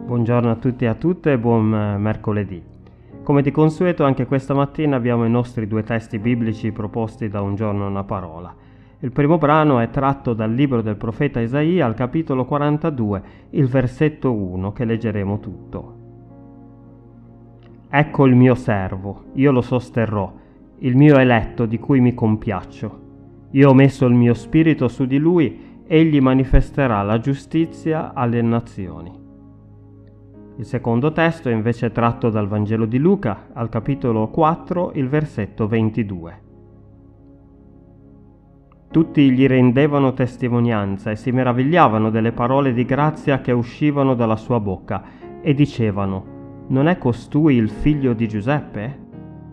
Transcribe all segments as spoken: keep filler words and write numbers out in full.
Buongiorno a tutti e a tutte e buon eh, mercoledì. Come di consueto anche questa mattina abbiamo i nostri due testi biblici proposti da Un giorno una parola. Il primo brano è tratto dal libro del profeta Isaia al capitolo quarantadue, il versetto uno, che leggeremo tutto. Ecco il mio servo, io lo sosterrò, il mio eletto di cui mi compiaccio. Io ho messo il mio spirito su di lui, egli manifesterà la giustizia alle nazioni. Il secondo testo è invece tratto dal Vangelo di Luca, al capitolo quattro, il versetto ventidue. Tutti gli rendevano testimonianza e si meravigliavano delle parole di grazia che uscivano dalla sua bocca e dicevano: non è costui il figlio di Giuseppe?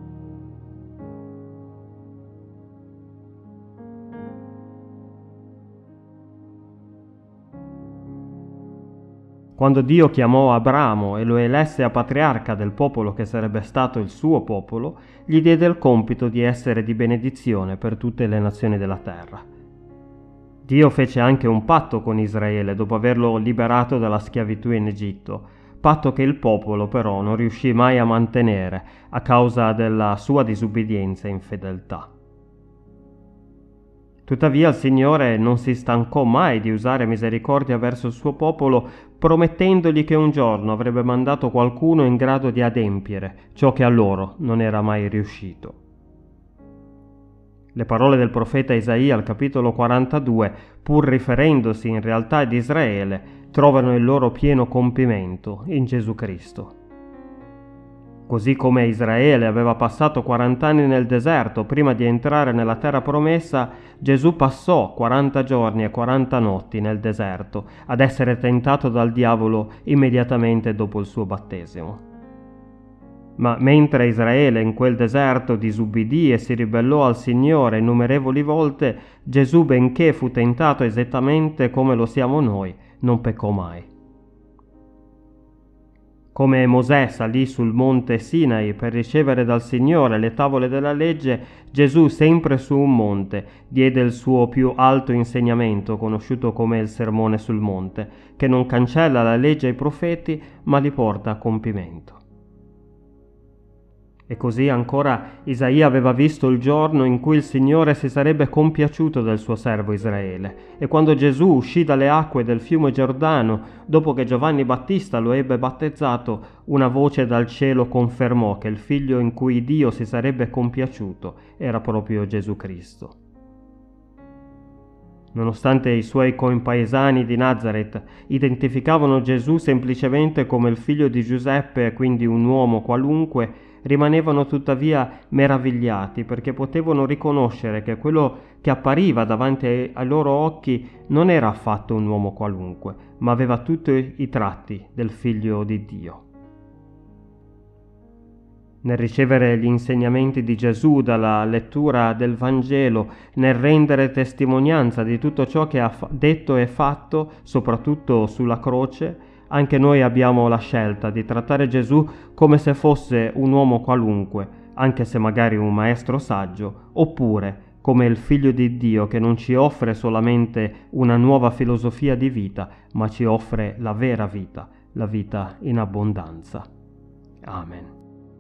Quando Dio chiamò Abramo e lo elesse a patriarca del popolo che sarebbe stato il suo popolo, gli diede il compito di essere di benedizione per tutte le nazioni della terra. Dio fece anche un patto con Israele dopo averlo liberato dalla schiavitù in Egitto, patto che il popolo però non riuscì mai a mantenere a causa della sua disubbidienza e infedeltà. Tuttavia il Signore non si stancò mai di usare misericordia verso il suo popolo, promettendogli che un giorno avrebbe mandato qualcuno in grado di adempiere ciò che a loro non era mai riuscito. Le parole del profeta Isaia al capitolo quarantadue, pur riferendosi in realtà ad Israele, trovano il loro pieno compimento in Gesù Cristo. Così come Israele aveva passato quaranta anni nel deserto prima di entrare nella terra promessa, Gesù passò quaranta giorni e quaranta notti nel deserto ad essere tentato dal diavolo immediatamente dopo il suo battesimo. Ma mentre Israele in quel deserto disubbidì e si ribellò al Signore innumerevoli volte, Gesù, benché fu tentato esattamente come lo siamo noi, non peccò mai. Come Mosè salì sul monte Sinai per ricevere dal Signore le tavole della legge, Gesù, sempre su un monte, diede il suo più alto insegnamento, conosciuto come il Sermone sul Monte, che non cancella la legge e i profeti, ma li porta a compimento. E così ancora Isaia aveva visto il giorno in cui il Signore si sarebbe compiaciuto del suo servo Israele. E quando Gesù uscì dalle acque del fiume Giordano, dopo che Giovanni Battista lo ebbe battezzato, una voce dal cielo confermò che il figlio in cui Dio si sarebbe compiaciuto era proprio Gesù Cristo. Nonostante i suoi compaesani di Nazaret identificavano Gesù semplicemente come il figlio di Giuseppe, quindi un uomo qualunque, rimanevano tuttavia meravigliati perché potevano riconoscere che quello che appariva davanti ai, ai loro occhi non era affatto un uomo qualunque, ma aveva tutti i tratti del figlio di Dio. Nel ricevere gli insegnamenti di Gesù dalla lettura del Vangelo, nel rendere testimonianza di tutto ciò che ha fa- detto e fatto, soprattutto sulla croce, anche noi abbiamo la scelta di trattare Gesù come se fosse un uomo qualunque, anche se magari un maestro saggio, oppure come il Figlio di Dio che non ci offre solamente una nuova filosofia di vita, ma ci offre la vera vita, la vita in abbondanza. Amen.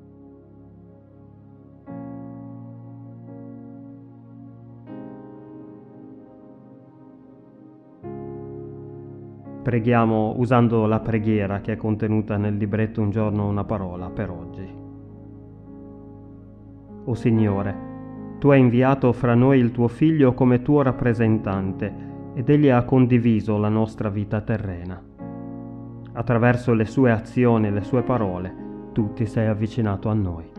Preghiamo usando la preghiera che è contenuta nel libretto Un giorno una parola per oggi. O Signore, Tu hai inviato fra noi il Tuo Figlio come Tuo rappresentante ed Egli ha condiviso la nostra vita terrena. Attraverso le Sue azioni e le Sue parole, Tu ti sei avvicinato a noi.